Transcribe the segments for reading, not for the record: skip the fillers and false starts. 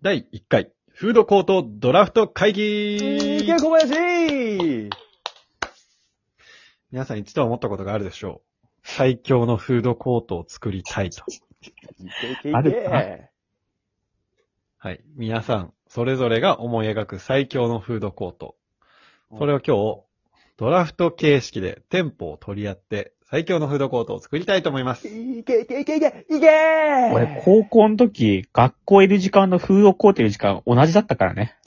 第1回、フードコートドラフト会議池小林皆さん一度は思ったことがあるでしょう。最強のフードコートを作りたいと。 あるはい。皆さん、それぞれが思い描く最強のフードコート。それを今日、ドラフト形式で店舗を取り合って、最強のフードコートを作りたいと思います。 いけ俺、高校の時、学校いる時間のフードコートいる時間同じだったからね。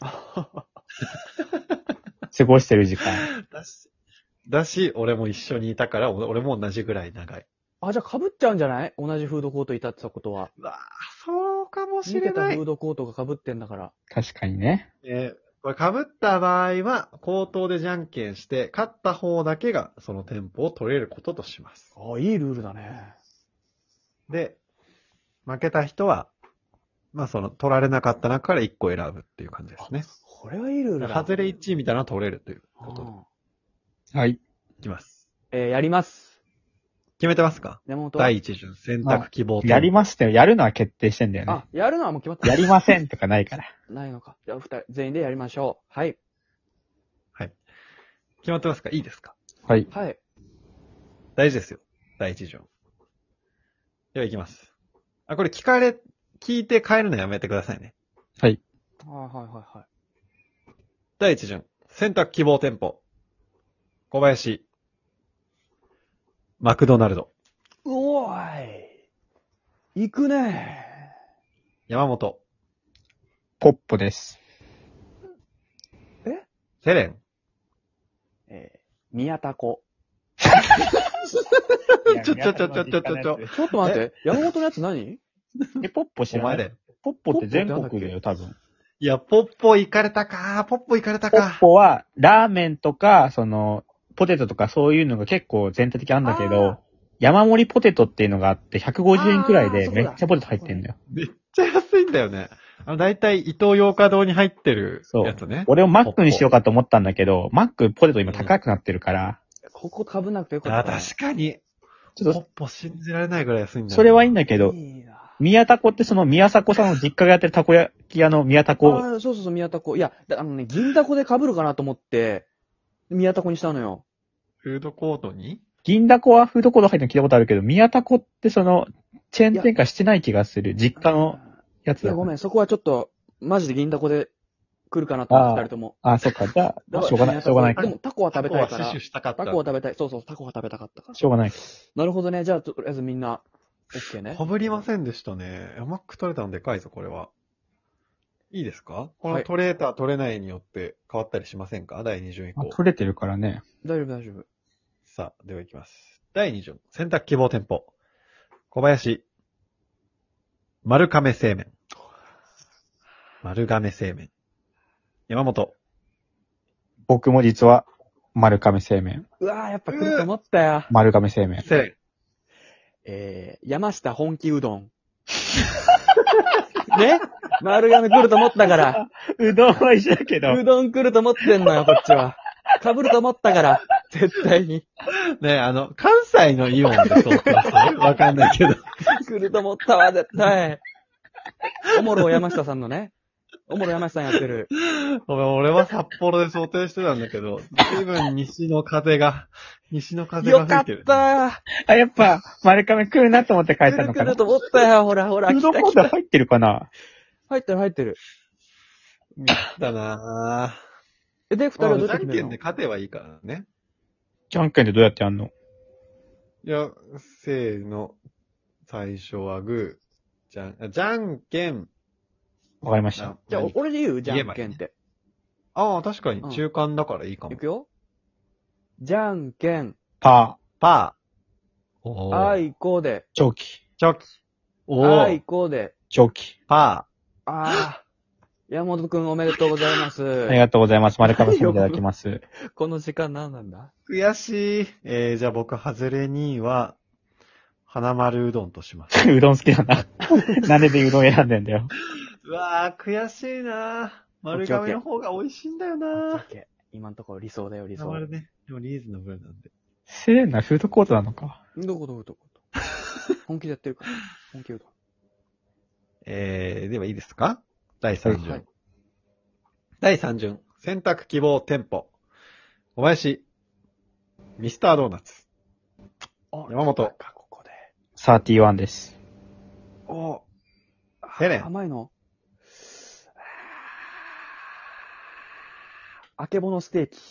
過ごしてる時間。 だし、俺も一緒にいたから、俺も同じぐらい長い。 あ、じゃあ被っちゃうんじゃない？同じフードコートいたってたことは。 わあ、そうかもし見てたれない。 フードコートが被ってんだから。 確かにね。 これ被った場合は、口頭でじゃんけんして、勝った方だけがその店舗を取れることとします。 あ、いいルールだね。 で、負けた人は、まあ取られなかった中から1個選ぶっていう感じですね。 これはいいルールだ。 外れ1位みたいなのは取れるということで。 はい。 いきます。 やります。 決めてますか？ 山本は第一順選択希望店舗。 やりますって、やるのは決定してんだよね。 あ、やるのはもう決まった。 やりませんとかないから。 ないのか。じゃあ、全員でやりましょう。はい。 はい。決まってますか？いいですか？ はい。 はい。 大事ですよ。第一順。では行きます。あ、これ聞いて変えるのやめてくださいね。 はい。 はいはい。 第一順、選択希望店舗。小林。マクドナルド。 おーい。行くね山本。 ポッポです。 セレン。 宮田子。 ちょ。 ちょっと待って。山本のやつ何？ ポッポ知らない？ お前で。 ポッポって全国だよ、多分。 いや、ポッポ行かれたか。 ポッポは、ラーメンとか、ポテトとかそういうのが結構全体的にあるんだけど、山盛りポテトっていうのがあって150円くらいでめっちゃポテト入ってんだよ。 めっちゃ安いんだよね。だいたい伊東洋華堂に入ってるやつね。 俺をマックにしようかと思ったんだけど、マックポテト今高くなってるから。 ここ被んなくてよかった。 確かに。 ちょっと、 ポッポ信じられないぐらい安いんだよ。 それはいいんだけど、宮田子って宮迫さんの実家がやってるたこ焼き屋の宮田子。 ああ、そう、宮田子。いや、銀だこで被るかなと思って、宮田子にしたのよ。 フードコートに銀だこはフードコート入ってるの聞いたことあるけど、宮田子ってチェーン展開してない気がする。実家のやつだ。 いや、ごめん、そこはちょっと、マジで銀だこで来るかなと思って、二人とも。 そっか。じゃあ、しょうがない。 でも、タコは食べたいから。 死守したかった。 タコは食べたい。そう、タコは食べたかったから。 しょうがない。 なるほどね。じゃあ、とりあえずみんな、OK ね。 かぶりませんでしたね。マック取れたのでかいぞ、これは。いいですか？この取れた、取れないによって変わったりしませんか？第2順以降。 取れてるからね。 大丈夫。 さあ、では行きます。第2順、選択希望店舗。小林。丸亀製麺。丸亀製麺。山本。 僕も実は、丸亀製麺。 うわー、やっぱ来ると思ったよ。 丸亀製麺。 セレン。 山下本気うどん。ね？丸亀来ると思ったから。 うどんは一緒だけど。 うどん来ると思ってんのよ、こっちは。被ると思ったから。絶対に。 ね関西のイオンで想定してるわかんないけど。 来ると思ったわ、絶対。おもろ山下さんのね。おもろ山下さんやってる。 俺は札幌で想定してたんだけど、随分西の風が吹いよかてる。 ったやっぱ、丸亀来るなと思って書いたのかな。 来ると思ったよ、ほら。 フードコート入ってるかな？ 入ってる。 見たなぁ。 で、二人はどうやじゃんけんって決めるの？ で勝てばいいからね。 じゃんけんでどうやってやんの？ いや、せーの、最初はグー、じゃんけん。 わかりました。 じゃあ、俺で言うじゃんけんって。 ああ、確かに中間だからいいかも。 いくよ。じゃんけん。 パー。 あいこで。 チョキ。 チョキ。 あいこで。 チョキ。 パ山本くんおめでとうございます。 ありがとうございます。丸亀さんいただきます。 この時間何なんだ？ 悔しい。じゃあ僕、外れ2位は、花丸うどんとします。 うどん好きだな。なんでうどん選んでんだよ。 うわぁ、悔しいなぁ。丸亀の方が美味しいんだよなぁ。 今のところ理想だよ、理想。 花丸ね。でもリーズナブルなんで。 セレンなフードコートなのか。 どこ本気でやってるから。本気うどん。 ではいいですか？ 第3巡。 はい第3巡、選択希望店舗。小林、ミスタードーナツ。山本。 ここで。 31です。 おヘレン。 甘いのあけぼのステーキ。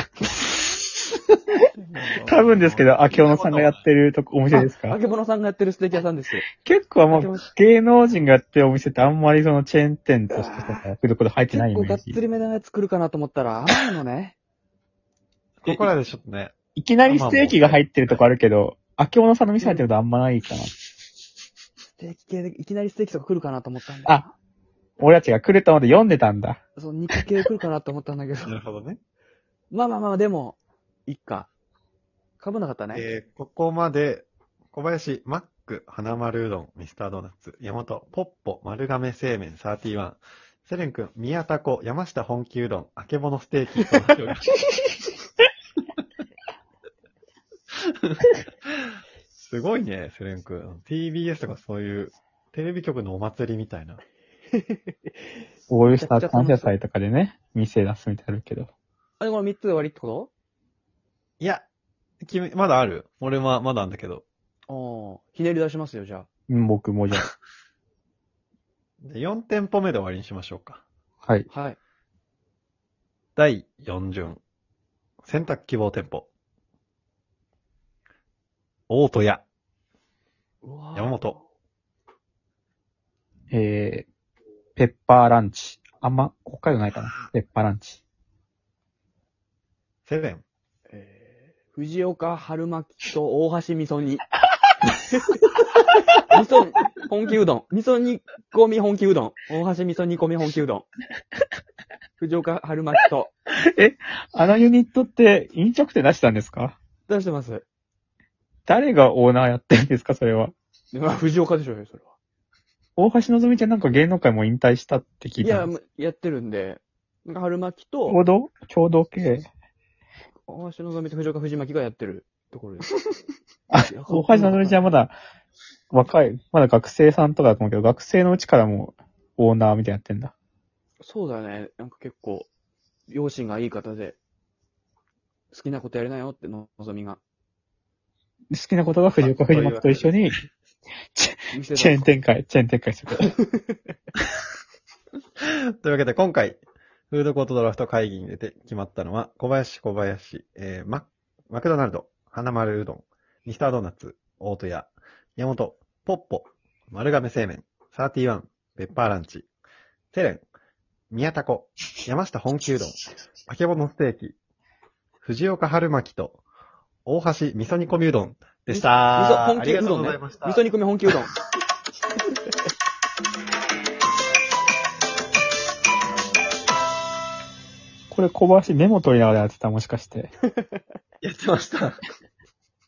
多分ですけど、秋野さんがやってるお店ですか？ あけぼのさんがやってるステーキ屋さんです。 結構もう、芸能人がやってるお店ってあんまりそのチェーン店としてフードコート入ってないイメージ。 結構がっつりめなやつ来るかなと思ったら甘いのね。 ここらでちょっとね。 いきなりステーキが入ってるとこあるけど、秋野さんの店入ってるとあんまないかな。 ステーキ系でいきなりステーキとか来るかなと思ったんで。 あ、俺たちが来ると思って読んでたんだ。 そう、肉系来るかなと思ったんだけど。 なるほどね。 まあ、でも、いっか。かぶなかったね。 ここまで、小林、マック、花丸うどん、ミスタードーナツ、山本、ポッポ、丸亀製麺、31、セレン君、宮田子、山下本気うどん、あけぼのステーキとなっております。すごいね、セレン君。TBS とかそういうテレビ局のお祭りみたいな。 オールスター感謝祭とかでね、店出すみたいなのあるけど。 あれ、この3つで終わりってこいや、まだある。俺はまだあんだけど。 とひねり出しますよ、じゃあ。 僕もじゃあ。 で4店舗目で終わりにしましょうか。 はい。 はい。 第4巡。選択希望店舗。大戸屋、 うわ山本。 ペッパーランチ。北海道ないかな。ペッパーランチ。 セレン。 藤岡春巻きと大橋味噌煮。味噌、本気うどん。味噌煮込み本気うどん。大橋味噌煮込み本気うどん。藤岡春巻きと。 あのユニットって飲食店出したんですか？ 出してます。 誰がオーナーやってるんですか、それは。 まあ、藤岡でしょうよ、それは。 大橋のぞみちゃんなんか芸能界も引退したって聞いいやたんです。、 やってるんで、春巻きと、 共同経営。 大橋のぞみと藤岡藤巻がやってるところです。 大橋のぞみちゃんまだ若い、まだ学生さんとかだと思うけど、学生のうちからもオーナーみたいにやってんだ。 そうだよね。なんか結構、両親がいい方で、好きなことやりなよってのぞみが。 好きなことが藤岡藤巻と一緒に、チェーン展開する。 というわけで今回、フードコートドラフト会議に出て決まったのは、小林、マクドナルド、花丸うどん、ミスタードーナツ、大戸屋、山本、ポッポ、丸亀製麺、31、ペッパーランチ、セレン、宮田子、山下本気うどん、あけぼのステーキ、藤岡春巻きと、大橋味噌煮込みうどんでした。 味噌本気うどんね。 ありがとうございました。 味噌煮込み本気うどん。 これ小林メモ取りながらやってた、もしかして。 やってました。